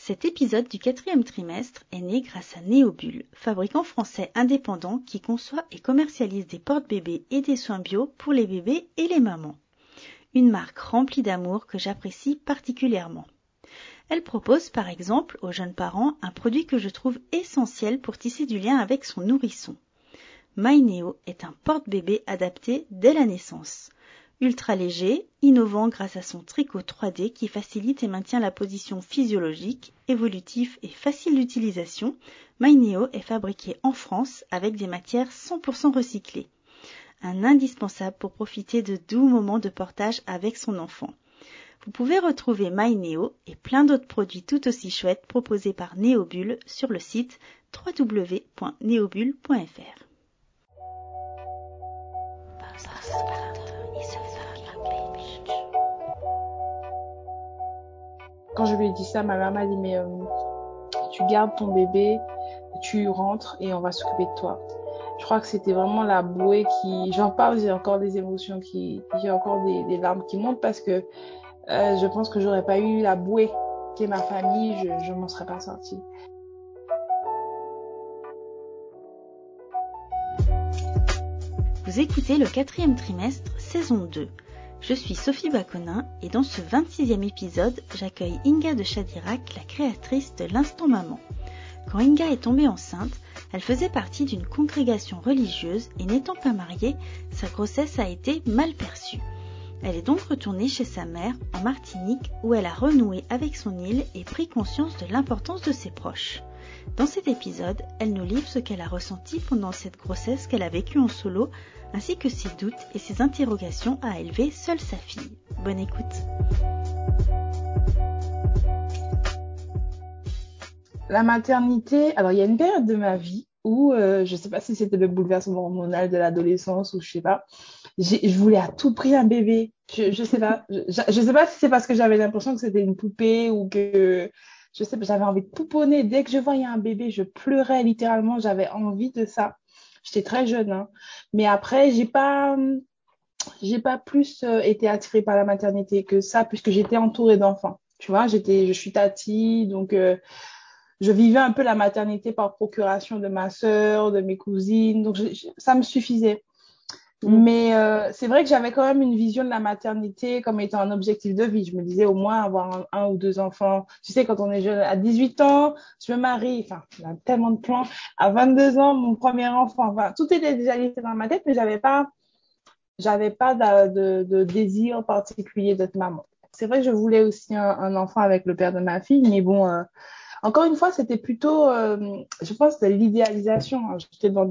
Cet épisode du 4e trimestre est né grâce à Néobulle, fabricant français indépendant qui conçoit et commercialise des porte-bébés et des soins bio pour les bébés et les mamans. Une marque remplie d'amour que j'apprécie particulièrement. Elle propose par exemple aux jeunes parents un produit que je trouve essentiel pour tisser du lien avec son nourrisson. MyNeo est un porte-bébé adapté dès la naissance. Ultra léger, innovant grâce à son tricot 3D qui facilite et maintient la position physiologique, évolutif et facile d'utilisation, MyNeo est fabriqué en France avec des matières 100% recyclées. Un indispensable pour profiter de doux moments de portage avec son enfant. Vous pouvez retrouver MyNeo et plein d'autres produits tout aussi chouettes proposés par Néobulle sur le site www.neobulle.fr. Quand je lui ai dit ça, ma mère m'a dit mais tu gardes ton bébé, tu rentres et on va s'occuper de toi. Je crois que c'était vraiment la bouée qui... J'en parle, j'ai encore des émotions j'ai encore des larmes qui montent parce que je pense que j'aurais pas eu la bouée qui est ma famille, je m'en serais pas sortie. Vous écoutez le 4e trimestre, saison 2. Je suis Sophie Baconin et dans ce 26e épisode, j'accueille Inga de Chadirac, la créatrice de l'Instant Maman. Quand Inga est tombée enceinte, elle faisait partie d'une congrégation religieuse et n'étant pas mariée, sa grossesse a été mal perçue. Elle est donc retournée chez sa mère en Martinique où elle a renoué avec son île et pris conscience de l'importance de ses proches. Dans cet épisode, elle nous livre ce qu'elle a ressenti pendant cette grossesse qu'elle a vécue en solo, ainsi que ses doutes et ses interrogations à élever seule sa fille. Bonne écoute. La maternité, alors il y a une période de ma vie où, je sais pas si c'était le bouleversement hormonal de l'adolescence ou je sais pas, je voulais à tout prix un bébé. Je sais pas, je sais pas si c'est parce que j'avais l'impression que c'était une poupée ou que, je sais pas, j'avais envie de pouponner. Dès que je voyais un bébé, je pleurais littéralement, j'avais envie de ça. J'étais très jeune, hein. Mais après, j'ai pas plus été attirée par la maternité que ça puisque j'étais entourée d'enfants. Tu vois, je suis tati, donc je vivais un peu la maternité par procuration de ma sœur, de mes cousines, donc ça me suffisait. Mais c'est vrai que j'avais quand même une vision de la maternité comme étant un objectif de vie. Je me disais au moins avoir un ou deux enfants. Tu sais, quand on est jeune, à 18 ans, je me marie. Enfin, il y a tellement de plans. À 22 ans, mon premier enfant. Enfin, tout était déjà listé dans ma tête, mais j'avais pas de désir particulier d'être maman. C'est vrai que je voulais aussi un enfant avec le père de ma fille, mais bon, encore une fois, c'était plutôt, je pense, de l'idéalisation. Hein. J'étais dans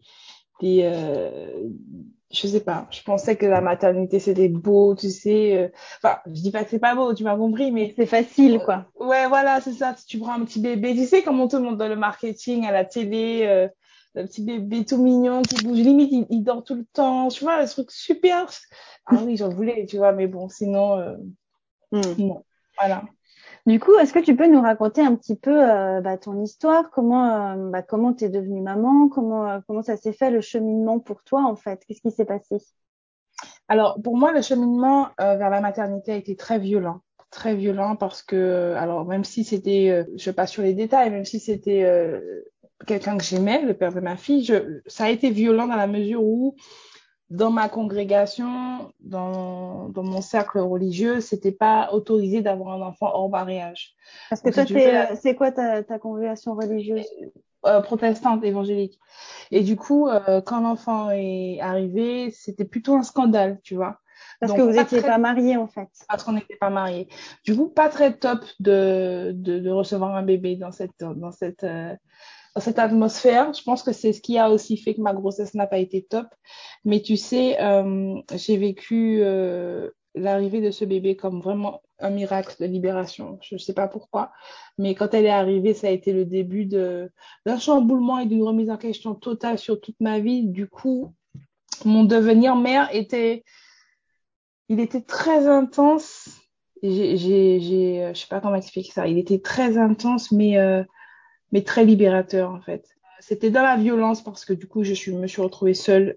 des je sais pas, je pensais que la maternité c'était beau, tu sais. Enfin, je dis pas que c'est pas beau, tu m'as compris, mais c'est facile, quoi. Ouais, voilà, c'est ça. Si tu prends un petit bébé, tu sais comment tout le monde dans le marketing, à la télé, le petit bébé tout mignon qui bouge, limite il dort tout le temps, tu vois, le truc super. Ah oui, j'en voulais, tu vois, mais bon, sinon, non, voilà. Du coup, est-ce que tu peux nous raconter un petit peu ton histoire, comment t'es devenue maman, comment ça s'est fait le cheminement pour toi en fait, qu'est-ce qui s'est passé? Alors pour moi, le cheminement vers la maternité a été très violent parce que, alors même si c'était, je passe sur les détails, même si c'était quelqu'un que j'aimais, le père de ma fille, ça a été violent dans la mesure où dans ma congrégation, dans mon cercle religieux, c'était pas autorisé d'avoir un enfant hors mariage. Parce que Donc, si toi, tu veux, c'est quoi ta congrégation religieuse? protestante, évangélique. Et du coup, quand l'enfant est arrivé, c'était plutôt un scandale, tu vois. Parce que Donc, vous n'étiez pas mariés en fait. parce qu'on n'était pas mariés. Du coup, pas très top de recevoir un bébé dans cette atmosphère. Je pense que c'est ce qui a aussi fait que ma grossesse n'a pas été top. Mais tu sais, j'ai vécu l'arrivée de ce bébé comme vraiment un miracle de libération. Je ne sais pas pourquoi, mais quand elle est arrivée, ça a été le début d'un chamboulement et d'une remise en question totale sur toute ma vie. Du coup, mon devenir mère il était très intense. Je sais pas comment expliquer ça. Il était très intense, mais très libérateur en fait. C'était dans la violence parce que du coup me suis retrouvée seule,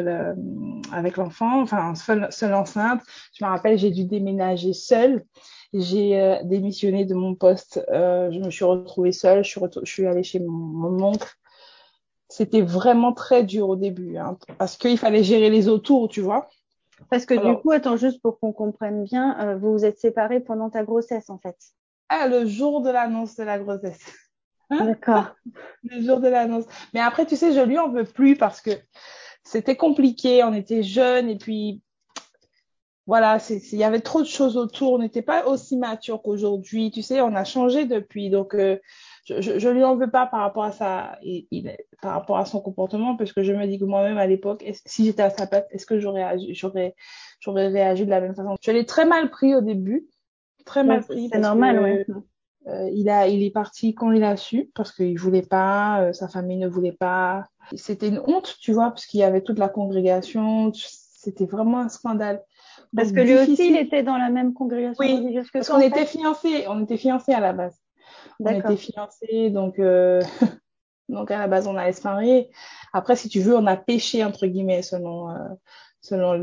avec l'enfant, enfin seule enceinte. Je me rappelle, j'ai dû déménager seule J'ai démissionné de mon poste. Je me suis retrouvée seule. Je suis allée chez mon oncle. C'était vraiment très dur au début, hein, parce qu'il fallait gérer les autour, tu vois. Parce que du Alors, coup, attends, juste pour qu'on comprenne bien, vous vous êtes séparés pendant ta grossesse, en fait. le jour de l'annonce de la grossesse. D'accord. Le jour de l'annonce. Mais après, tu sais, je lui en veux plus parce que c'était compliqué. On était jeunes et puis voilà, il y avait trop de choses autour. On n'était pas aussi mature qu'aujourd'hui. Tu sais, on a changé depuis. Donc, je lui en veux pas par rapport à ça, par rapport à son comportement, parce que je me dis que moi-même à l'époque, si j'étais à sa place, est-ce que j'aurais réagi de la même façon? Je l'ai très mal pris au début, très Ouais, mal pris c'est parce normal, que ouais. il est parti quand il a su parce qu'il voulait pas, sa famille ne voulait pas. C'était une honte, tu vois, parce qu'il y avait toute la congrégation. C'était vraiment un scandale. Parce Donc que lui aussi, il difficile. était dans la même congrégation Oui, religieuse que parce toi, qu'on en était fait. fiancés. On était fiancés à la base. On était D'accord. fiancés, donc à la base on allait se marier. Après, si tu veux, on a péché entre guillemets selon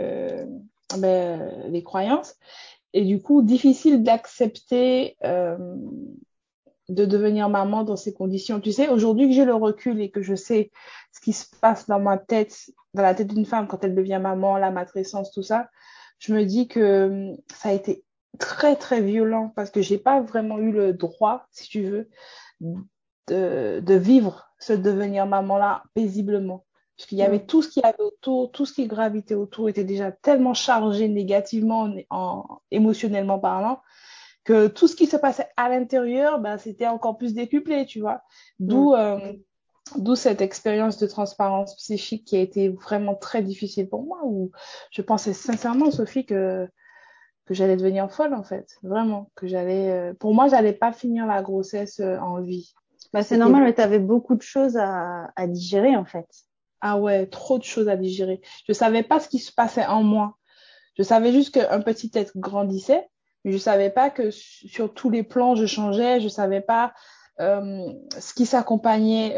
les croyances. Et du coup, difficile d'accepter de devenir maman dans ces conditions. Tu sais, aujourd'hui que j'ai le recul et que je sais ce qui se passe dans ma tête, dans la tête d'une femme quand elle devient maman, la matrescence, tout ça, je me dis que ça a été très, très violent parce que j'ai pas vraiment eu le droit, si tu veux, de vivre ce devenir maman-là paisiblement. Parce qu'il y avait Mm. tout ce qu'il y avait autour, tout ce qui gravitait autour était déjà tellement chargé négativement, émotionnellement parlant, que tout ce qui se passait à l'intérieur, ben, c'était encore plus décuplé, tu vois. Mm. D'où cette expérience de transparence psychique qui a été vraiment très difficile pour moi, où je pensais sincèrement, Sophie, que j'allais devenir folle, en fait. Vraiment, pour moi, j'allais pas finir la grossesse en vie. Bah, c'est C'était, normal, mais tu avais beaucoup de choses à digérer, en fait. ah ouais, trop de choses à digérer. Je savais pas ce qui se passait en moi. Je savais juste qu'un petit être grandissait, mais je savais pas que sur tous les plans, je changeais. Je savais pas ce qui s'accompagnait,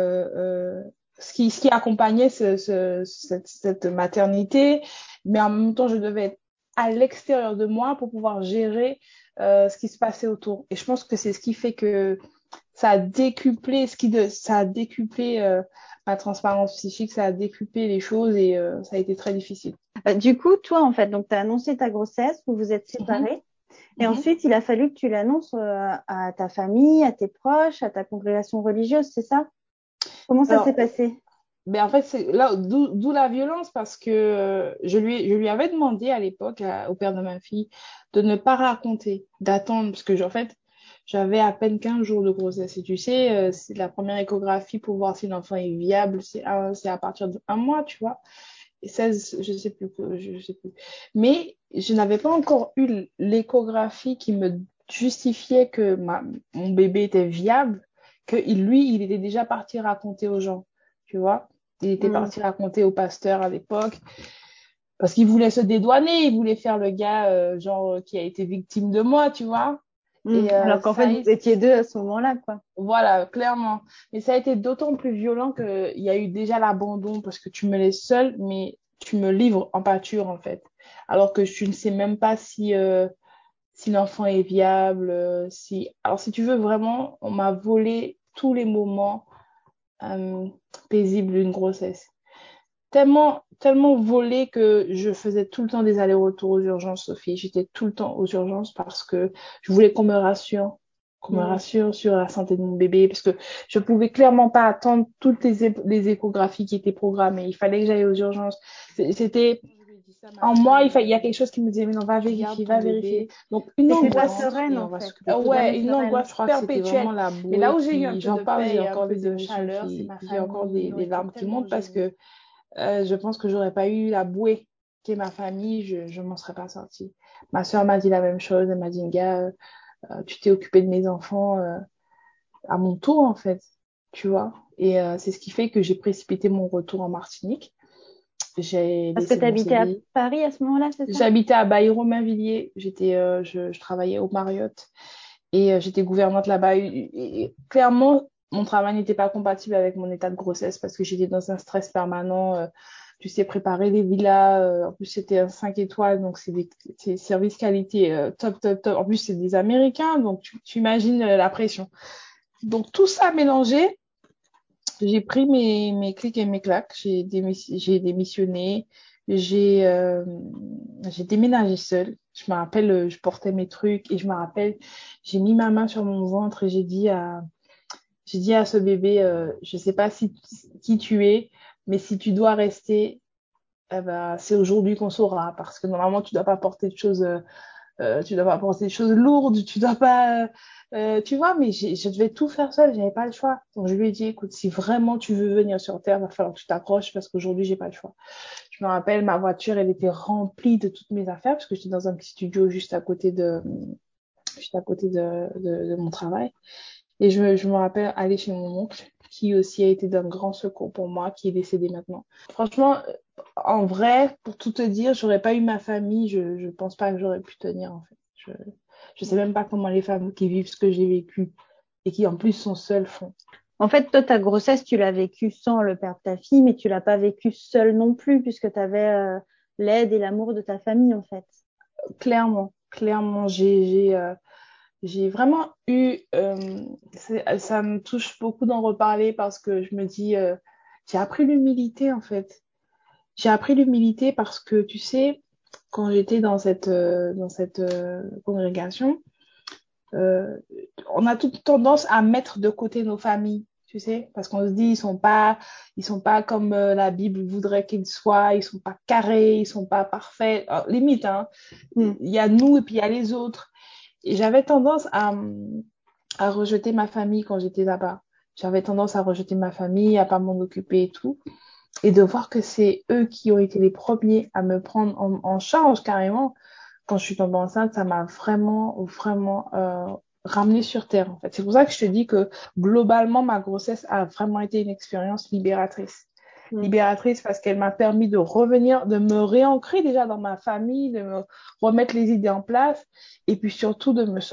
ce qui accompagnait cette maternité. Mais en même temps, je devais être à l'extérieur de moi pour pouvoir gérer ce qui se passait autour. Et je pense que c'est ce qui fait que ça a décuplé, ça a décuplé ma transparence psychique, ça a décuplé les choses et ça a été très difficile. Du coup, toi, en fait, donc tu as annoncé ta grossesse, vous vous êtes Mhm, séparés, et mhm. ensuite, il a fallu que tu l'annonces à ta famille, à tes proches, à ta congrégation religieuse, c'est ça? Comment ça s'est Alors, passé? ben en fait, c'est là d'où la violence parce que je lui avais demandé à l'époque au père de ma fille de ne pas raconter, d'attendre parce que en fait, j'avais à peine 15 jours de grossesse et tu sais, c'est la première échographie pour voir si l'enfant est viable, c'est à partir d'un mois, tu vois. Et 16, je sais plus. Mais je n'avais pas encore eu l'échographie qui me justifiait que mon bébé était viable, que lui, il était déjà parti raconter aux gens, tu vois. Il était Mm. parti raconter au pasteur à l'époque, parce qu'il voulait se dédouaner, il voulait faire le gars, genre, qui a été victime de moi, tu vois. Mm. Et Alors qu'en fait, vous étiez deux à ce moment-là, quoi. voilà, clairement. Mais ça a été d'autant plus violent qu'il y a eu déjà l'abandon parce que tu me laisses seule, mais tu me livres en pâture, en fait. Alors que tu ne sais même pas si l'enfant est viable, Alors, si tu veux vraiment, on m'a volé tous les moments euh, paisibles d'une grossesse. Tellement, tellement volé que je faisais tout le temps des allers-retours aux urgences, Sophie. J'étais tout le temps aux urgences parce que je voulais qu'on me Mm. rassure sur la santé de mon bébé, parce que je pouvais clairement pas attendre toutes les échographies qui étaient programmées. Il fallait que j'aille aux urgences. C'était en moi, il y a quelque chose qui me disait, mais non, va vérifier, va vérifier. Donc, une T'étais pas angoisse. sereine, en fait. T'étais jamais Ouais, une sereine. angoisse perpétuelle. Mais là où j'ai eu un peu de paix et un peu de chaleur, c'est ma j'ai encore famille. Ils ont des été larmes qui tellement montent parce géniaux. que Je pense que j'aurais pas eu la bouée qu'est ma famille, je m'en serais pas sortie. Ma soeur m'a dit la même chose, elle m'a dit, gars, tu t'es occupé de mes enfants à mon tour, en fait, tu vois. Et c'est ce qui fait que j'ai précipité mon retour en Martinique. J'ai Parce que laissé tu mon habitais à CDI. Paris à ce moment-là, c'est ça? J'habitais à Bailly-Romainvilliers. Je travaillais au Marriott et j'étais gouvernante là-bas. Et clairement, mon travail n'était pas compatible avec mon état de grossesse parce que j'étais dans un stress permanent. tu sais, préparer les villas. En plus, c'était un 5 étoiles, donc c'est service qualité top, top, top. En plus, c'est des Américains, donc tu imagines la pression. Donc, tout ça mélangé, j'ai pris mes clics et mes claques. J'ai démissionné. J'ai euh, j'ai déménagé seule. Je me rappelle, je portais mes trucs et je me rappelle, j'ai mis ma main sur mon ventre et j'ai dit à ce bébé, je sais pas qui tu es, mais si tu dois rester, eh ben, c'est aujourd'hui qu'on saura, parce que normalement, tu dois pas porter de choses lourdes, tu dois pas, tu vois, mais je devais tout faire seule, j'avais pas le choix. Donc, je lui ai dit, écoute, si vraiment tu veux venir sur Terre, va falloir que tu t'accroches parce qu'aujourd'hui, j'ai pas le choix. Je me rappelle, ma voiture, elle était remplie de toutes mes affaires parce que j'étais dans un petit studio juste à côté de mon travail. Et je me rappelle aller chez mon oncle, qui aussi a été d'un grand secours pour moi, qui est décédé maintenant. Franchement, en vrai, pour tout te dire, j'aurais pas eu ma famille, je pense pas que j'aurais pu tenir, en fait. Je sais même pas comment les femmes qui vivent ce que j'ai vécu et qui en plus sont seules font. En fait, toi, ta grossesse, tu l'as vécue sans le père de ta fille, mais tu l'as pas vécue seule non plus, puisque tu avais l'aide et l'amour de ta famille, en fait. Clairement, clairement, j'ai vraiment eu, ça me touche beaucoup d'en reparler parce que je me dis, j'ai appris l'humilité en fait. J'ai appris l'humilité parce que tu sais, quand j'étais dans cette congrégation, euh, on a toute tendance à mettre de côté nos familles, tu sais, parce qu'on se dit ils sont pas comme la Bible voudrait qu'ils soient, ils sont pas carrés, ils sont pas parfaits. Alors, limite, hein, Mm. il y a nous et puis il y a les autres. Et j'avais tendance à rejeter ma famille quand j'étais là-bas. J'avais tendance à rejeter ma famille, à pas m'en occuper et tout. Et de voir que c'est eux qui ont été les premiers à me prendre en charge carrément quand je suis tombée enceinte, ça m'a vraiment, vraiment ramenée sur terre en fait. C'est pour ça que je te dis que globalement, ma grossesse a vraiment été une expérience libératrice. Mm. Libératrice parce qu'elle m'a permis de revenir, de me réancrer déjà dans ma famille, de me remettre les idées en place et puis surtout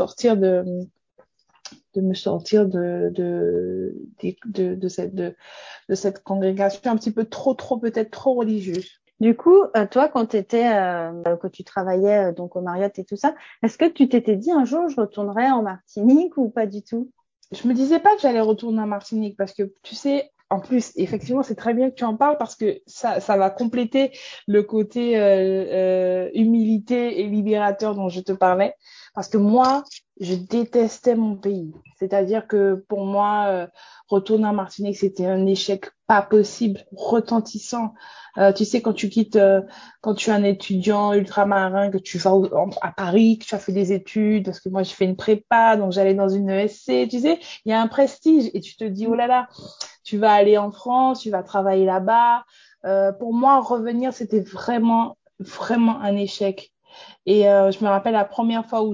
de cette congrégation un petit peu trop, peut-être trop religieuse. Du coup, toi, quand tu travaillais donc au Marriott et tout ça, est-ce que tu t'étais dit un jour je retournerai en Martinique ou pas du tout? Je me disais pas que j'allais retourner en Martinique parce que tu sais, en plus, effectivement, c'est très bien que tu en parles parce que ça va compléter le côté humilité et libérateur dont je te parlais. Parce que moi, je détestais mon pays. C'est-à-dire que pour moi, retourner en Martinique, c'était un échec pas possible, retentissant. Tu sais, quand tu es un étudiant ultramarin, que tu vas à Paris, que tu as fait des études, parce que moi, j'ai fait une prépa, donc j'allais dans une ESC, tu sais, il y a un prestige et tu te dis, oh là là, tu vas aller en France, tu vas travailler là-bas. Pour moi, revenir, c'était vraiment, vraiment un échec. Et je me rappelle la première fois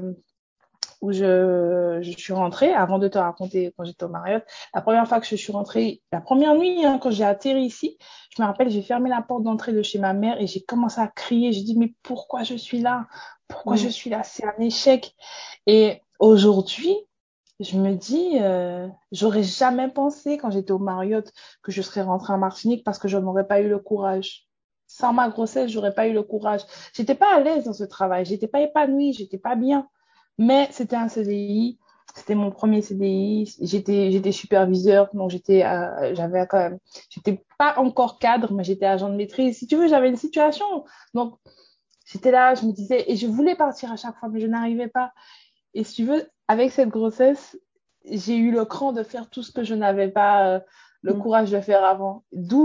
où je suis rentrée, avant de te raconter quand j'étais au Marriott, la première fois que je suis rentrée, la première nuit, hein, quand j'ai atterri ici, je me rappelle, j'ai fermé la porte d'entrée de chez ma mère et j'ai commencé à crier. J'ai dit, mais pourquoi je suis là? Pourquoi je Mm. suis là? C'est un échec. Et aujourd'hui, je me dis, j'aurais jamais pensé quand j'étais au Marriott que je serais rentrée en Martinique parce que je n'aurais pas eu le courage. Sans ma grossesse, j'aurais pas eu le courage. J'étais pas à l'aise dans ce travail, j'étais pas épanouie, j'étais pas bien. Mais c'était un CDI, c'était mon premier CDI. J'étais superviseur, donc j'avais quand même, j'étais pas encore cadre, mais j'étais agent de maîtrise. Si tu veux, j'avais une situation. Donc j'étais là, je me disais, et je voulais partir à chaque fois, mais je n'arrivais pas. Et si tu veux, avec cette grossesse, j'ai eu le cran de faire tout ce que je n'avais pas le Mm. courage de faire avant.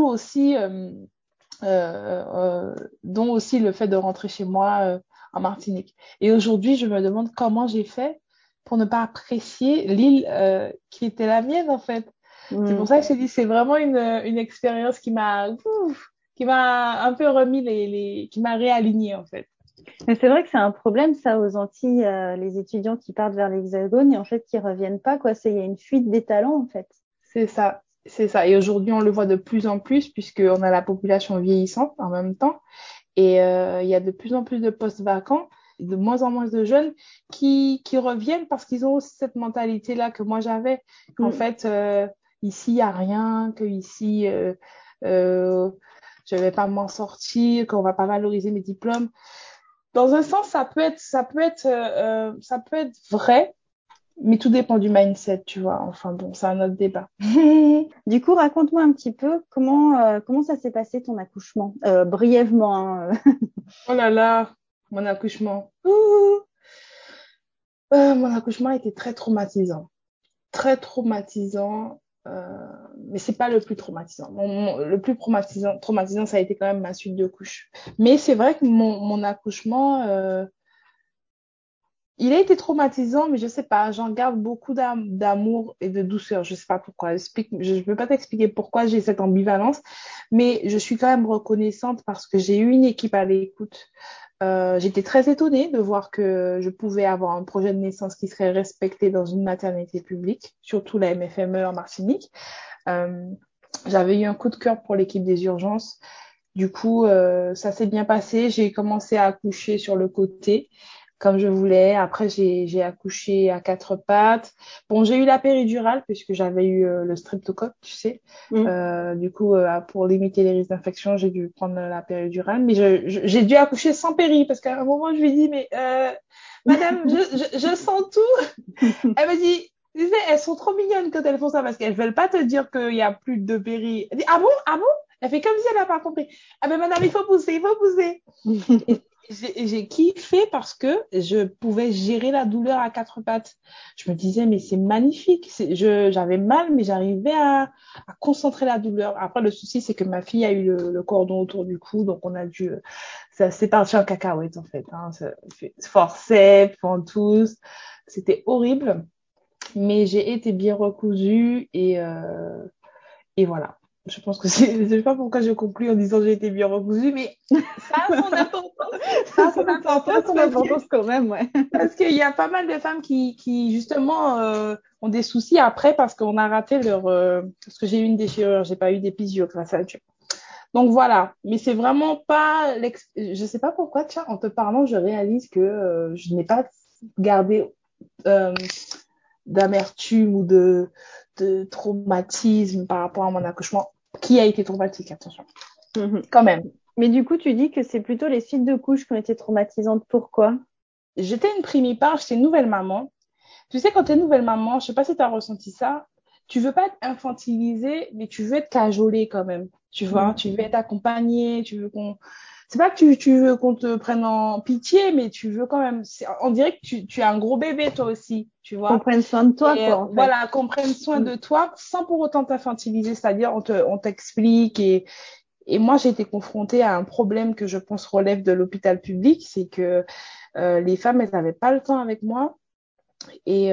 Dont aussi le fait de rentrer chez moi en Martinique. Et aujourd'hui, je me demande comment j'ai fait pour ne pas apprécier l'île qui était la mienne, en fait. C'est pour Mm. ça que je te dis, c'est vraiment une expérience qui m'a un peu remis qui m'a réaligné, en fait. Mais c'est vrai que c'est un problème, ça, aux Antilles, les étudiants qui partent vers l'Hexagone et en fait qui reviennent pas, quoi. Il y a une fuite des talents, en fait. C'est ça, c'est ça. Et aujourd'hui, on le voit de plus en plus puisqu'on a la population vieillissante en même temps. Et il y a de plus en plus de postes vacants, de moins en moins de jeunes qui reviennent parce qu'ils ont aussi cette mentalité-là que moi j'avais, qu'en Mm. fait, ici, il n'y a rien, que ici, euh, je vais pas m'en sortir, qu'on va pas valoriser mes diplômes. Dans un sens, ça peut être vrai, mais tout dépend du mindset, tu vois. Enfin bon, c'est un autre débat. Du coup, raconte-moi un petit peu comment ça s'est passé ton accouchement, brièvement, hein. Oh là là, mon accouchement. Mon accouchement a été très traumatisant. Très traumatisant, mais c'est pas le plus traumatisant. Le plus traumatisant, ça a été quand même ma suite de couches. Mais c'est vrai que mon accouchement, il a été traumatisant, mais je sais pas, j'en garde beaucoup d'amour et de douceur. Je sais pas pourquoi. Je peux pas t'expliquer pourquoi j'ai cette ambivalence, mais je suis quand même reconnaissante parce que j'ai eu une équipe à l'écoute. J'étais très étonnée de voir que je pouvais avoir un projet de naissance qui serait respecté dans une maternité publique, surtout la MFME en Martinique. Euh, J'avais eu un coup de cœur pour l'équipe des urgences. Du coup, ça s'est bien passé. J'ai commencé à accoucher sur le côté, comme je voulais. Après, j'ai accouché à quatre pattes. Bon, j'ai eu la péridurale puisque j'avais eu le streptocoque, tu sais. Mm. Du coup, pour limiter les risques d'infection, j'ai dû prendre la péridurale. Mais j'ai dû accoucher sans péri parce qu'à un moment, je lui ai dit, mais madame, je sens tout. Elle m'a dit, tu sais, elles sont trop mignonnes quand elles font ça parce qu'elles veulent pas te dire qu'il y a plus de péri. Elle dit, ah bon? Ah bon? Elle fait comme si elle n'a pas compris. Ah ben madame, il faut pousser. Et j'ai kiffé parce que je pouvais gérer la douleur à quatre pattes. Je me disais, mais c'est magnifique. J'avais mal, mais j'arrivais à concentrer la douleur. Après, le souci, c'est que ma fille a eu le cordon autour du cou, donc on a dû, ça s'est parti en cacahuète, en fait, hein. Forceps, ventouse. C'était horrible, mais j'ai été bien recousue et voilà. Je pense que je sais pas pourquoi je conclus en disant j'ai été bien recousue, mais ça a son importance. Ça a son Ça a importance son importance quand même, ouais. parce qu'il y a pas mal de femmes qui justement, ont des soucis après parce qu'on a raté parce que j'ai eu une déchirure, j'ai pas eu d'épisio grâce à Dieu. Donc voilà. Mais c'est vraiment pas, je sais pas pourquoi, tiens, en te parlant, je réalise que, je n'ai pas gardé, euh, d'amertume ou de traumatisme par rapport à mon accouchement, qui a été traumatique, attention, Mhm. quand même. Mais du coup, tu dis que c'est plutôt les suites de couches qui ont été traumatisantes. Pourquoi? J'étais une primipare, j'étais une nouvelle maman. Tu sais, quand tu es nouvelle maman, je sais pas si tu as ressenti ça, tu veux pas être infantilisée, mais tu veux être cajolée quand même. Tu vois, Mm. tu veux être accompagnée, tu veux qu'on... C'est pas que tu veux qu'on te prenne en pitié, mais tu veux quand même... On dirait que tu as un gros bébé toi aussi, tu Qu'on vois. prenne soin de toi, Et quoi, en fait. voilà, qu'on prenne soin Mm. de toi sans pour autant t'infantiliser, c'est-à-dire on t'explique et moi j'ai été confrontée à un problème que je pense relève de l'hôpital public, c'est que les femmes elles n'avaient pas le temps avec moi et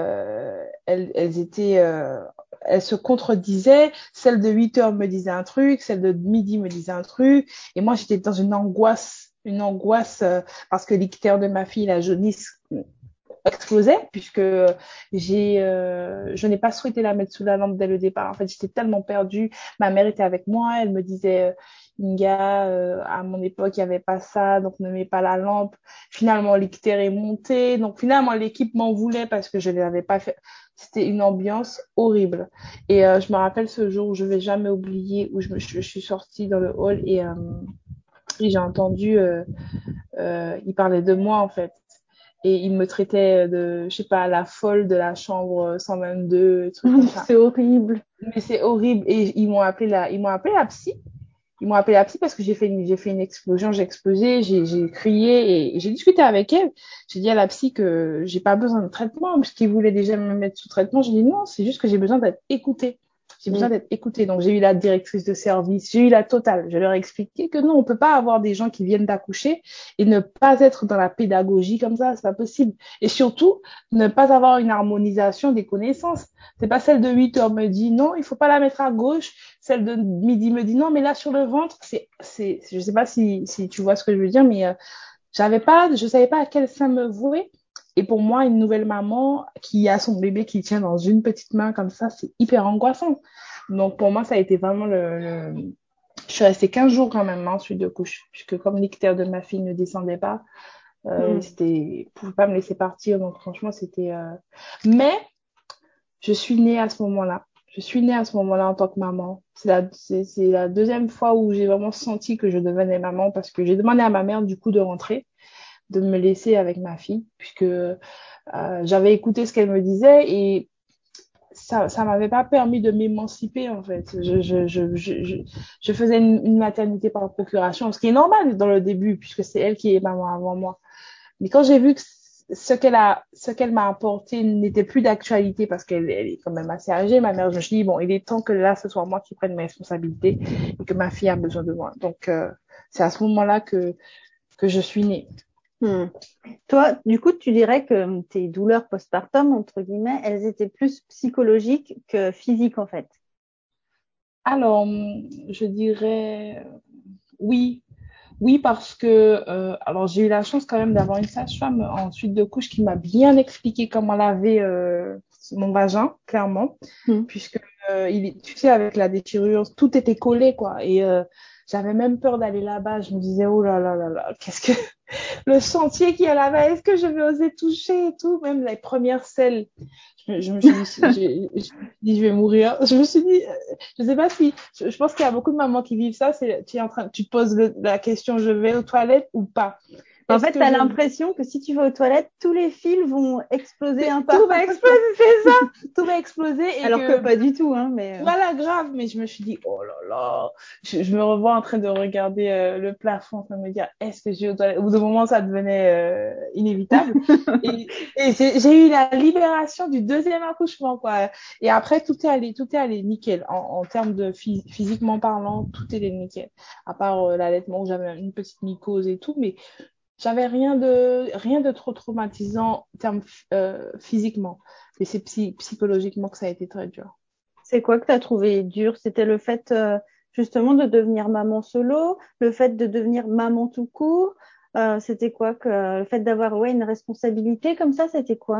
elles se contredisaient. Celle de 8 heures me disait un truc, celle de midi me disait un truc et moi j'étais dans une angoisse parce que l'ictère de ma fille, la jaunisse, explosait puisque je n'ai pas souhaité la mettre sous la lampe dès le départ. En fait, j'étais tellement perdue. Ma mère était avec moi, elle me disait Inga, à mon époque, il n'y avait pas ça, donc ne mets pas la lampe. Finalement, l'ictère est monté. Donc finalement, l'équipe m'en voulait parce que je ne l'avais pas fait. C'était une ambiance horrible. Et je me rappelle ce jour où je ne vais jamais oublier, où je suis sortie dans le hall et j'ai entendu, il parlait de moi en fait. Et il me traitait de, je sais pas, la folle de la chambre 122, des trucs comme ça. C'est horrible. Mais c'est horrible. Et ils m'ont appelé la psy. Ils m'ont appelé la psy parce que j'ai fait une explosion, j'ai explosé, j'ai crié et j'ai discuté avec elle. J'ai dit à la psy que j'ai pas besoin de traitement parce qu'ils voulaient déjà me mettre sous traitement. J'ai dit non, c'est juste que j'ai besoin d'être écoutée. J'ai besoin Mm. d'être écoutée. Donc, j'ai eu la directrice de service, j'ai eu la totale. Je leur ai expliqué que non, on peut pas avoir des gens qui viennent d'accoucher et ne pas être dans la pédagogie comme ça, c'est pas possible. Et surtout, ne pas avoir une harmonisation des connaissances. C'est pas celle de 8 heures me dit non, il faut pas la mettre à gauche. Celle de midi me dit non, mais là sur le ventre, je sais pas si tu vois ce que je veux dire, mais je savais pas à quel sein me vouer. Et pour moi, une nouvelle maman qui a son bébé qui tient dans une petite main comme ça, c'est hyper angoissant. Donc pour moi, ça a été vraiment Je suis restée 15 jours quand même, hein, suite de couche, puisque comme l'ictère de ma fille ne descendait pas, Mm. je pouvais pas me laisser partir. Donc franchement, Mais je suis née à ce moment-là. Je suis née à ce moment-là en tant que maman. C'est la deuxième fois où j'ai vraiment senti que je devenais maman parce que j'ai demandé à ma mère du coup de rentrer, de me laisser avec ma fille puisque j'avais écouté ce qu'elle me disait et ça m'avait pas permis de m'émanciper en fait. Je faisais une maternité par procuration, ce qui est normal dans le début puisque c'est elle qui est maman avant moi. Mais quand j'ai vu que ce qu'elle m'a apporté n'était plus d'actualité parce elle est quand même assez âgée, ma mère, je me suis dit, bon, il est temps que là, ce soit moi qui prenne mes responsabilités et que ma fille a besoin de moi. Donc, c'est à ce moment-là que je suis née. Toi, du coup, tu dirais que tes douleurs postpartum, entre guillemets, elles étaient plus psychologiques que physiques, en fait. Alors, je dirais oui. Oui, parce que alors j'ai eu la chance quand même d'avoir une sage-femme en suite de couche qui m'a bien expliqué comment laver mon vagin, clairement, puisque tu sais, avec la déchirure, tout était collé, quoi. Et j'avais même peur d'aller là-bas. Je me disais, oh là là là là, qu'est-ce que le chantier qu'il y a là-bas, est-ce que je vais oser toucher et tout, même les premières selles. Je me suis dit, je vais mourir. Je me suis dit, je sais pas si, je pense qu'il y a beaucoup de mamans qui vivent ça. Tu te poses la question, je vais aux toilettes ou pas? En fait, tu as l'impression que si tu vas aux toilettes, tous les fils vont exploser un par Tout va exploser, c'est ça. Tout va exploser. Et alors que pas du tout, hein. Mais voilà, grave. Mais je me suis dit, oh là là. Je me revois en train de regarder le plafond, en train de me dire, est-ce que j'ai aux toilettes? Au bout d'un moment, ça devenait inévitable. et j'ai eu la libération du deuxième accouchement, quoi. Et après, tout est allé nickel. En termes de physiquement parlant, tout est allé nickel. À part l'allaitement où j'avais une petite mycose et tout, mais j'avais rien de trop traumatisant en termes physiquement. Mais c'est psychologiquement que ça a été très dur. c'est quoi que tu as trouvé dur? C'était le fait justement de devenir maman solo, le fait de devenir maman tout court. C'était quoi que le fait d'avoir une responsabilité comme ça, c'était quoi?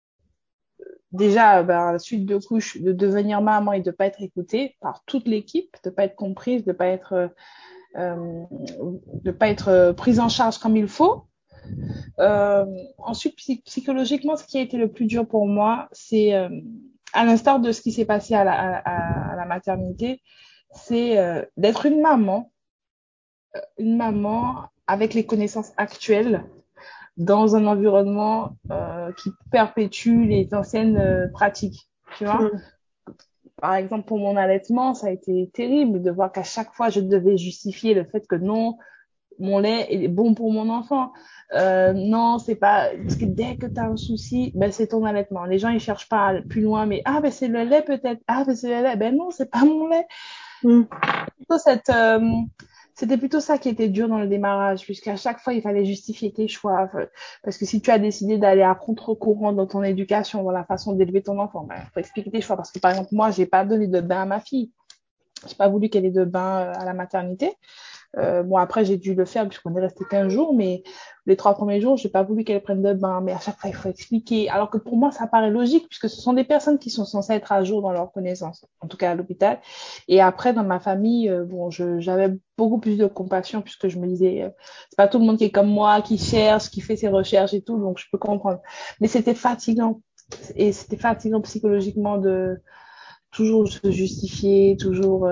Déjà, à la suite de couche, de devenir maman et de pas être écoutée par toute l'équipe, de pas être comprise, euh, de pas être prise en charge comme il faut. Ensuite, psychologiquement, ce qui a été le plus dur pour moi, c'est à l'instar de ce qui s'est passé à la maternité, c'est d'être une maman avec les connaissances actuelles dans un environnement qui perpétue les anciennes pratiques, tu vois. Par exemple, pour mon allaitement, ça a été terrible de voir qu'à chaque fois, je devais justifier le fait que non, mon lait est bon pour mon enfant. Non, c'est pas parce que dès que tu as un souci, ben c'est ton allaitement. Les gens ils cherchent pas à aller plus loin, mais ah ben c'est le lait peut-être. Ah ben c'est le lait. Ben non, c'est pas mon lait. Plutôt c'était plutôt ça qui était dur dans le démarrage, puisqu'à chaque fois il fallait justifier tes choix. Parce que si tu as décidé d'aller à contre-courant dans ton éducation, dans la façon d'élever ton enfant, ben faut expliquer tes choix. Parce que par exemple moi, j'ai pas donné de bain à ma fille. J'ai pas voulu qu'elle ait de bain à la maternité. Bon, après, j'ai dû le faire puisqu'on est resté 15 jours, mais les 3 premiers jours, j'ai pas voulu qu'elle prenne de bain. Mais à chaque fois, il faut expliquer. Alors que pour moi, ça paraît logique puisque ce sont des personnes qui sont censées être à jour dans leurs connaissances, en tout cas à l'hôpital. Et après, dans ma famille, bon, j'avais beaucoup plus de compassion puisque je me disais, c'est pas tout le monde qui est comme moi, qui cherche, qui fait ses recherches et tout, donc je peux comprendre. Mais c'était fatigant. Et c'était fatigant psychologiquement de toujours se justifier, toujours...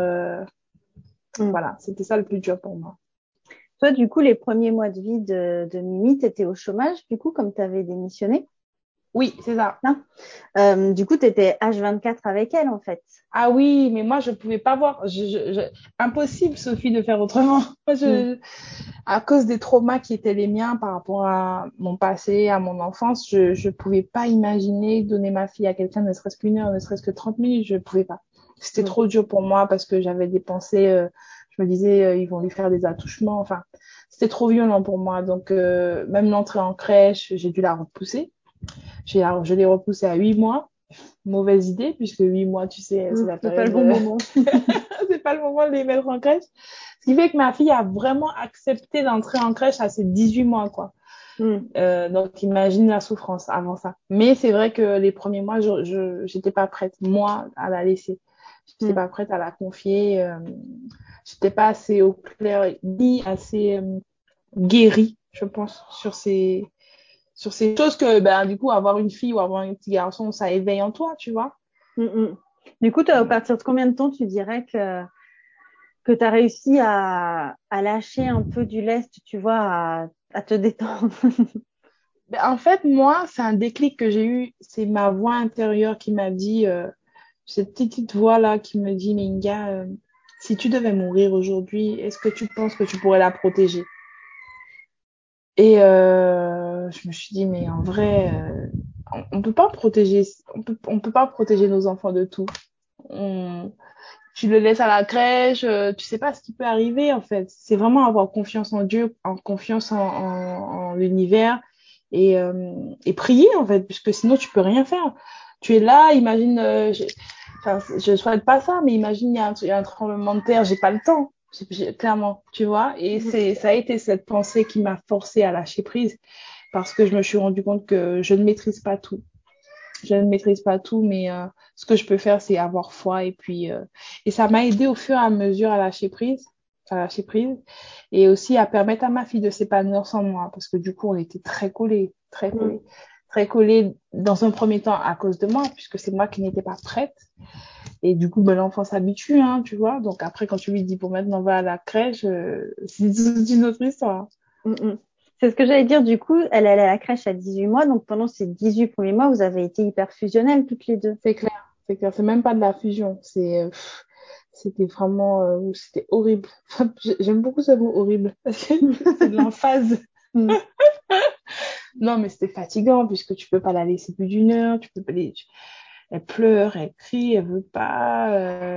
Voilà, c'était ça le plus dur pour moi. Toi, du coup, les premiers mois de vie de Mimi, tu étais au chômage, du coup, comme tu avais démissionné. Oui, c'est ça. Du coup, tu étais H24 avec elle, en fait. Ah oui, mais moi, je pouvais pas voir. Impossible, Sophie, de faire autrement. Moi, à cause des traumas qui étaient les miens par rapport à mon passé, à mon enfance, je pouvais pas imaginer donner ma fille à quelqu'un, ne serait-ce qu'une heure, ne serait-ce que 30 minutes, je pouvais pas. C'était trop dur pour moi parce que j'avais des pensées, je me disais, ils vont lui faire des attouchements. Enfin, c'était trop violent pour moi. Donc, même l'entrée en crèche, j'ai dû la repousser. Je l'ai repoussée à 8 mois. Mauvaise idée, puisque 8 mois, tu sais, c'est la C'est pas période. le bon moment. C'est pas le moment de les mettre en crèche. Ce qui fait que ma fille a vraiment accepté d'entrer en crèche à ses 18 mois, quoi. Donc, imagine la souffrance avant ça. Mais c'est vrai que les premiers mois, j'étais pas prête, moi, à la laisser. J'étais pas prête à la confier. J'étais pas assez au clair, ni assez guérie, je pense, sur ces choses que, ben, du coup, avoir une fille ou avoir un petit garçon, ça éveille en toi, tu vois. Du coup, toi, à partir de combien de temps tu dirais que tu as réussi à lâcher un peu du lest, tu vois, à te détendre? Ben, en fait, moi, c'est un déclic que j'ai eu. C'est ma voix intérieure qui m'a dit, cette petite voix-là qui me dit, Minga, si tu devais mourir aujourd'hui, est-ce que tu penses que tu pourrais la protéger? Et je me suis dit, mais en vrai, on peut pas protéger, on peut pas protéger nos enfants de tout. On- Tu le laisses à la crèche, tu sais pas ce qui peut arriver en fait. C'est vraiment avoir confiance en Dieu, en confiance en l'univers et prier en fait, puisque sinon tu peux rien faire. Tu es là, imagine, enfin, je souhaite pas ça, mais imagine il y a un tremblement de terre, j'ai pas le temps, clairement, tu vois. Et ça a été cette pensée qui m'a forcée à lâcher prise parce que je me suis rendu compte que je ne maîtrise pas tout. Je ne maîtrise pas tout, mais ce que je peux faire, c'est avoir foi. Et ça m'a aidé au fur et à mesure à lâcher prise, et aussi à permettre à ma fille de s'épanouir sans moi, parce que du coup, on était très collés dans un premier temps à cause de moi, puisque c'est moi qui n'étais pas prête. Et du coup, ben, l'enfant s'habitue, hein, tu vois. Donc après, quand tu lui dis, bon, maintenant, on va à la crèche, c'est une autre histoire. Mm, mm. C'est ce que j'allais dire. Du coup, elle allait à la crèche à 18 mois. Donc, pendant ces 18 premiers mois, vous avez été hyper fusionnelles toutes les deux. C'est clair, c'est clair. C'est même pas de la fusion. C'était vraiment, c'était horrible. J'aime beaucoup ce mot horrible parce que c'est de l'emphase. Mm. Non, mais c'était fatigant puisque tu peux pas la laisser plus d'une heure. Tu peux pas Elle pleure, elle crie, elle veut pas.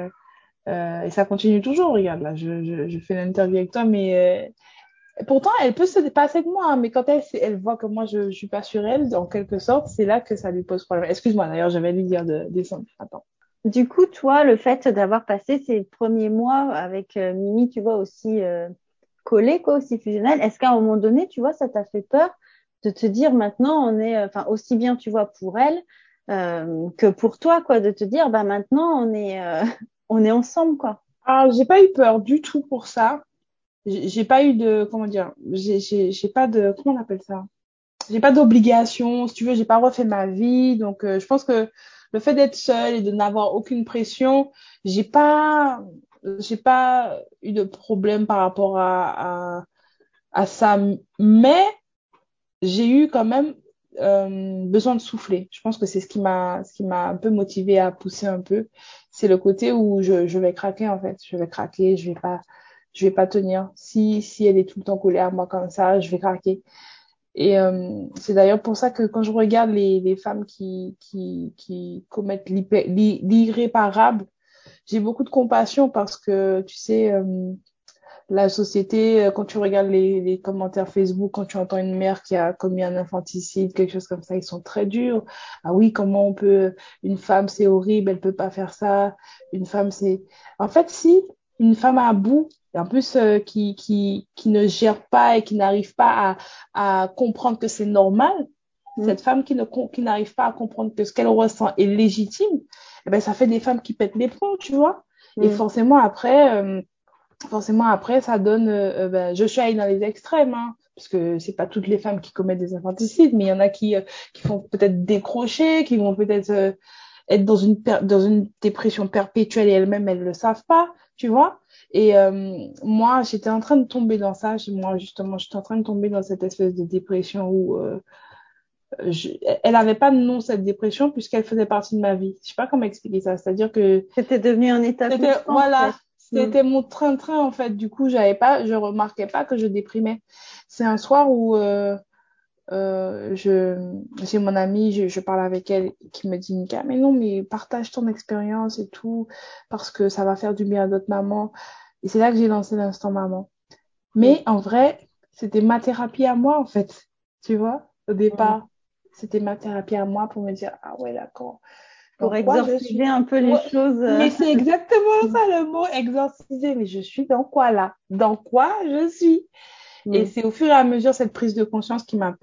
Et ça continue toujours. Regarde, là, je fais l'interview avec toi, mais pourtant, elle peut se dépasser de moi. Hein, mais quand elle voit que moi, je suis pas sur elle, en quelque sorte, c'est là que ça lui pose problème. Excuse-moi, d'ailleurs, je vais lui dire de descendre. Attends. Du coup, toi, le fait d'avoir passé ces premiers mois avec Mimi, tu vois, aussi collé, quoi, aussi fusionnel, est-ce qu'à un moment donné, tu vois, ça t'a fait peur de te dire maintenant, on est, enfin, aussi bien, tu vois, pour elle que pour toi, quoi, de te dire, bah maintenant, on est ensemble, quoi. Ah, j'ai pas eu peur du tout pour ça. J'ai pas eu de, comment dire, j'ai pas de, comment on appelle ça? J'ai pas d'obligation, si tu veux, j'ai pas refait ma vie. Donc, je pense que le fait d'être seule et de n'avoir aucune pression, j'ai pas, j'ai pas eu de problème par rapport à ça. Mais j'ai eu quand même besoin de souffler. Je pense que c'est ce qui m'a un peu motivée à pousser un peu. C'est le côté où je vais craquer en fait. Je vais craquer, je vais pas tenir. Si elle est tout le temps collée à moi comme ça, je vais craquer. Et c'est d'ailleurs pour ça que quand je regarde les femmes qui commettent l'irréparable, j'ai beaucoup de compassion parce que, tu sais, la société, quand tu regardes les commentaires Facebook, quand tu entends une mère qui a commis un infanticide, quelque chose comme ça, ils sont très durs. Ah oui, comment on peut, une femme, c'est horrible, elle peut pas faire ça. Une femme, c'est, en fait, si une femme à bout, et en plus, qui ne gère pas et qui n'arrive pas à comprendre que c'est normal, Mm. cette femme qui n'arrive pas à comprendre que ce qu'elle ressent est légitime, eh ben, ça fait des femmes qui pètent les plombs, tu vois. Et Mm. forcément après, ça donne, ben, je suis allée dans les extrêmes, hein, parce que c'est pas toutes les femmes qui commettent des infanticides, mais il y en a qui font peut-être décrocher, qui vont peut-être être dans une dépression perpétuelle et elles-mêmes, elles le savent pas, tu vois. Et moi, j'étais en train de tomber dans ça. Moi, justement, j'étais en train de tomber dans cette espèce de dépression où je, elle avait pas de nom, cette dépression, puisqu'elle faisait partie de ma vie. Je sais pas comment expliquer ça. C'est-à-dire que C'était devenu un état c'était, constant, en voilà, fait. Mm. c'était mon train-train, en fait. Du coup, je remarquais pas que je déprimais. C'est un soir où j'ai mon amie, je parle avec elle, qui me dit, Nika, mais non, mais partage ton expérience et tout, parce que ça va faire du bien à d'autres mamans. Et c'est là que j'ai lancé l'Instant Maman. Mm. Mais en vrai, c'était ma thérapie à moi, en fait. Tu vois, au Mm. départ, c'était ma thérapie à moi pour me dire, ah ouais, d'accord, dans Pour quoi je exorciser suis? un peu les Ouais, choses. mais c'est exactement Mm. ça le mot exorciser. Mais je suis dans quoi là? Dans quoi je suis? Et Mm. c'est au fur et à mesure cette prise de conscience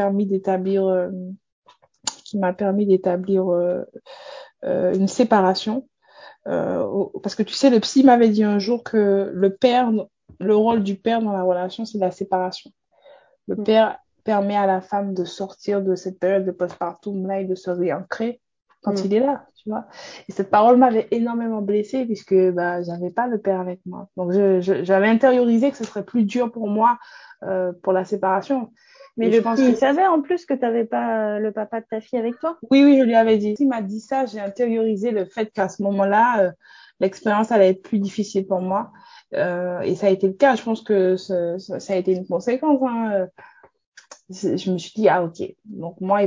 qui m'a permis d'établir une séparation. Parce que tu sais, le psy m'avait dit un jour que le rôle du père dans la relation, c'est la séparation. Le Mm. père permet à la femme de sortir de cette période de postpartum là et de se réancrer. quand il est là, tu vois. Et cette parole m'avait énormément blessée puisque bah, j'avais pas le père avec moi. Donc, j'avais intériorisé que ce serait plus dur pour moi pour la séparation. Mais Et je le pense petit, que il savait en plus que tu n'avais pas le papa de ta fille avec toi? oui, oui, je lui avais dit. Il m'a dit ça, j'ai intériorisé le fait qu'à ce moment-là, l'expérience allait être plus difficile pour moi. Et ça a été le cas. Je pense que ça a été une conséquence. Hein. Je me suis dit, ah ok, donc moi, il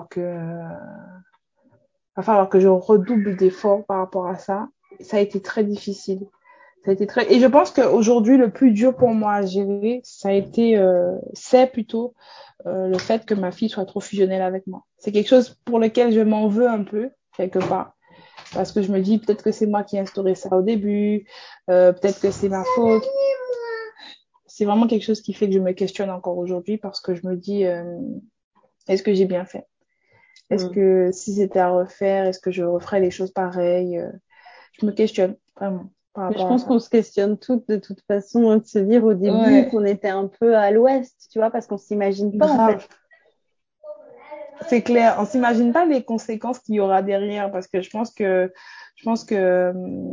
va falloir que je redouble d'efforts par rapport à ça. Ça a été très difficile. Ça a été très... Et je pense qu'aujourd'hui, le plus dur pour moi à gérer, c'est plutôt le fait que ma fille soit trop fusionnelle avec moi. C'est quelque chose pour lequel je m'en veux un peu, quelque part. Parce que je me dis, peut-être que c'est moi qui ai instauré ça au début, peut-être que c'est ma faute. C'est vraiment quelque chose qui fait que je me questionne encore aujourd'hui parce que je me dis, est-ce que j'ai bien fait? Est-ce que si c'était à refaire, est-ce que je referais les choses pareilles? Je me questionne vraiment par Mais je rapport à pense ça. qu'on se questionne toutes de toute façon, hein, de se dire au début Ouais, qu'on était un peu à l'ouest, tu vois, parce qu'on s'imagine pas en fait. grave. C'est clair. On s'imagine pas les conséquences qu'il y aura derrière parce que je pense que,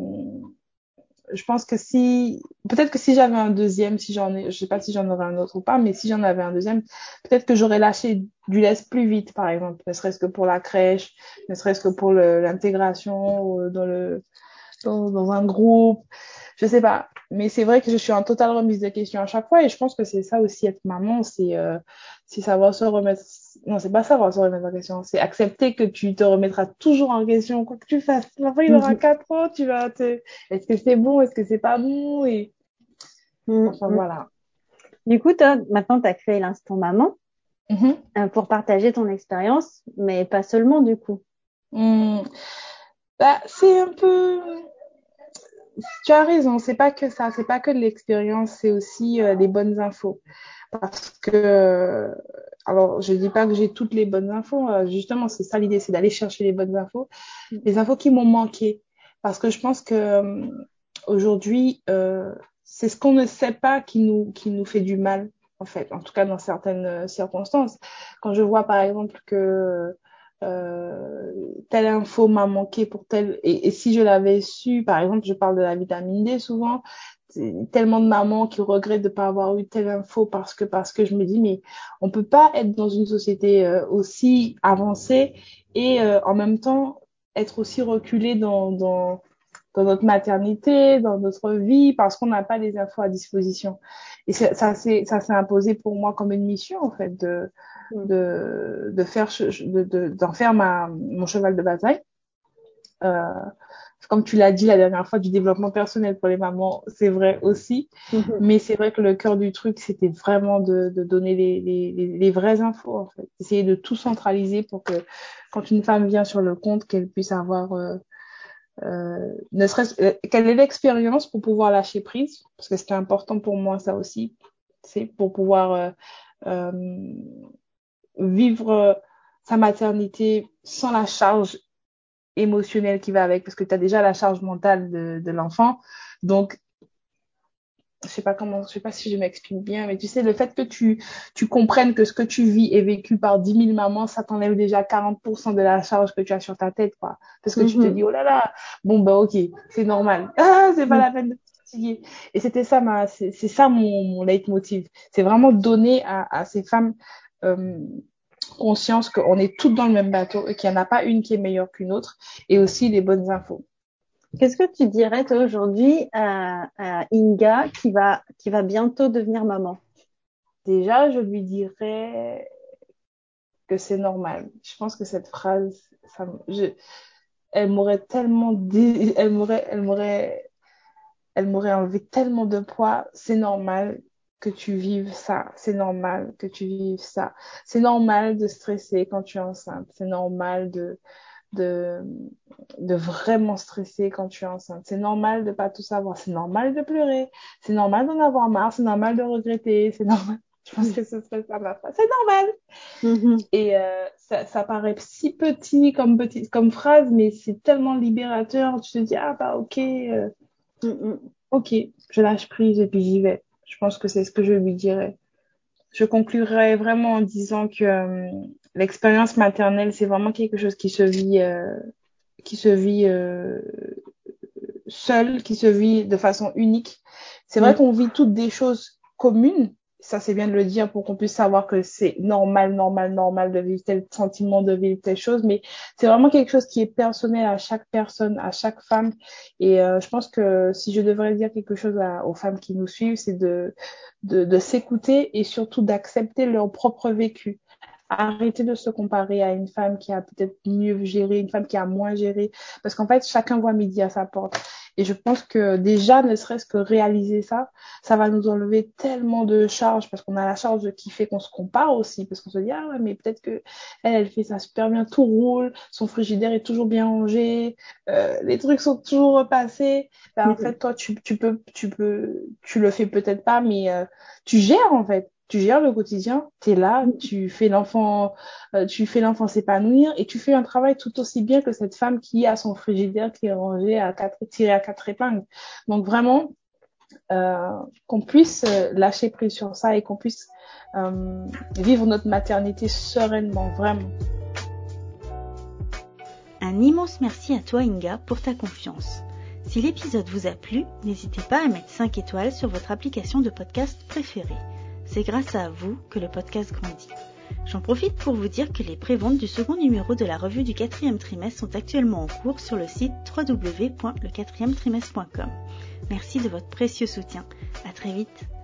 je pense que si, peut-être que si j'avais un deuxième, si j'en ai, je sais pas si j'en aurais un autre ou pas, mais si j'en avais un deuxième, peut-être que j'aurais lâché du lest plus vite, par exemple, ne serait-ce que pour la crèche, ne serait-ce que pour l'intégration dans un groupe, je sais pas. Mais c'est vrai que je suis en totale remise de questions à chaque fois et je pense que c'est ça aussi être maman, c'est savoir se remettre, non, c'est pas savoir se remettre en question, c'est accepter que tu te remettras toujours en question, quoi que tu fasses. L'enfant, il aura Mhm. 4 ans, est-ce que c'est bon, est-ce que c'est pas bon et enfin Mhm. voilà. Du coup, toi, maintenant, tu as créé l'Instant Maman Mhm. pour partager ton expérience, mais pas seulement du coup. Hmm. Bah, c'est un peu, tu as raison, c'est pas que ça, c'est pas que de l'expérience, c'est aussi des bonnes infos. Parce que, alors, je dis pas que j'ai toutes les bonnes infos, justement, c'est ça l'idée, c'est d'aller chercher les infos qui m'ont manqué. Parce que je pense que aujourd'hui, c'est ce qu'on ne sait pas qui nous fait du mal, en fait, en tout cas dans certaines circonstances. Quand je vois, par exemple, que telle info m'a manqué pour telle, et si je l'avais su, par exemple, je parle de la vitamine D souvent, tellement de mamans qui regrettent de ne pas avoir eu telle info parce que je me dis, mais on peut pas être dans une société aussi avancée et en même temps être aussi reculé dans notre maternité, dans notre vie, parce qu'on n'a pas les infos à disposition. Et ça s'est imposé pour moi comme une mission, en fait, Mm. d'en faire mon cheval de bataille. Euh, comme tu l'as dit la dernière fois, du développement personnel pour les mamans, c'est vrai aussi. Mhm. Mais c'est vrai que le cœur du truc, c'était vraiment de donner les vraies infos, en fait. Essayer de tout centraliser pour que quand une femme vient sur le compte, qu'elle puisse avoir, ne serait-ce qu'elle ait l'expérience pour pouvoir lâcher prise, parce que c'était important pour moi, ça aussi. C'est pour pouvoir euh, vivre sa maternité sans la charge émotionnelle qui va avec, parce que tu as déjà la charge mentale de l'enfant. Donc, je sais pas si je m'exprime bien, mais tu sais, le fait que tu comprennes que ce que tu vis est vécu par 10 000 mamans, ça t'enlève déjà 40% de la charge que tu as sur ta tête, quoi. Parce que tu te Mhm. dis, oh là là, bon, bah, ok, c'est normal. Ah, c'est pas Mhm. la peine de te fatiguer. Et c'était ça c'est ça mon leitmotiv. C'est vraiment donner à ces femmes, euh, conscience qu'on est toutes dans le même bateau et qu'il n'y en a pas une qui est meilleure qu'une autre et aussi les bonnes infos. Qu'est-ce que tu dirais toi aujourd'hui à Inga qui va bientôt devenir maman? Déjà, je lui dirais que c'est normal. Je pense que cette phrase, elle m'aurait tellement dit, elle m'aurait enlevé tellement de poids. C'est normal que tu vives ça. C'est normal que tu vives ça. C'est normal de stresser quand tu es enceinte. C'est normal de, de vraiment stresser quand tu es enceinte. C'est normal de pas tout savoir. C'est normal de pleurer. C'est normal d'en avoir marre. C'est normal de regretter. C'est normal. Je pense que ce serait ça ma phrase. C'est normal. Mhm. Et ça paraît si petit comme phrase, mais c'est tellement libérateur. Tu te dis, ah bah ok, Mhm. ok, je lâche prise et puis j'y vais. Je pense que c'est ce que je lui dirais. Je conclurai vraiment en disant que l'expérience maternelle, c'est vraiment quelque chose qui se vit seul, qui se vit de façon unique. C'est vrai qu'on vit toutes des choses communes. Ça, c'est bien de le dire pour qu'on puisse savoir que c'est normal de vivre tel sentiment, de vivre telle chose. Mais c'est vraiment quelque chose qui est personnel à chaque personne, à chaque femme. Et je pense que si je devrais dire quelque chose aux femmes qui nous suivent, c'est de s'écouter et surtout d'accepter leur propre vécu. Arrêter de se comparer à une femme qui a peut-être mieux géré, une femme qui a moins géré, parce qu'en fait, chacun voit midi à sa porte. Et je pense que déjà, ne serait-ce que réaliser ça, ça va nous enlever tellement de charges, parce qu'on a la charge qui fait qu'on se compare aussi, parce qu'on se dit, ah ouais, mais peut-être que elle fait ça super bien, tout roule, son frigidaire est toujours bien rangé, les trucs sont toujours repassés. Ben, en fait, toi, tu le fais peut-être pas, mais tu gères, en fait. Tu gères le quotidien, tu es là, tu fais l'enfant s'épanouir et tu fais un travail tout aussi bien que cette femme qui a son frigidaire qui est rangé tiré à quatre épingles. Donc vraiment, qu'on puisse lâcher prise sur ça et qu'on puisse vivre notre maternité sereinement, vraiment. Un immense merci à toi Inga pour ta confiance. Si l'épisode vous a plu, n'hésitez pas à mettre 5 étoiles sur votre application de podcast préférée. C'est grâce à vous que le podcast grandit. J'en profite pour vous dire que les préventes du second numéro de la revue du 4e trimestre sont actuellement en cours sur le site www.le4etrimestre.com. Merci de votre précieux soutien. À très vite.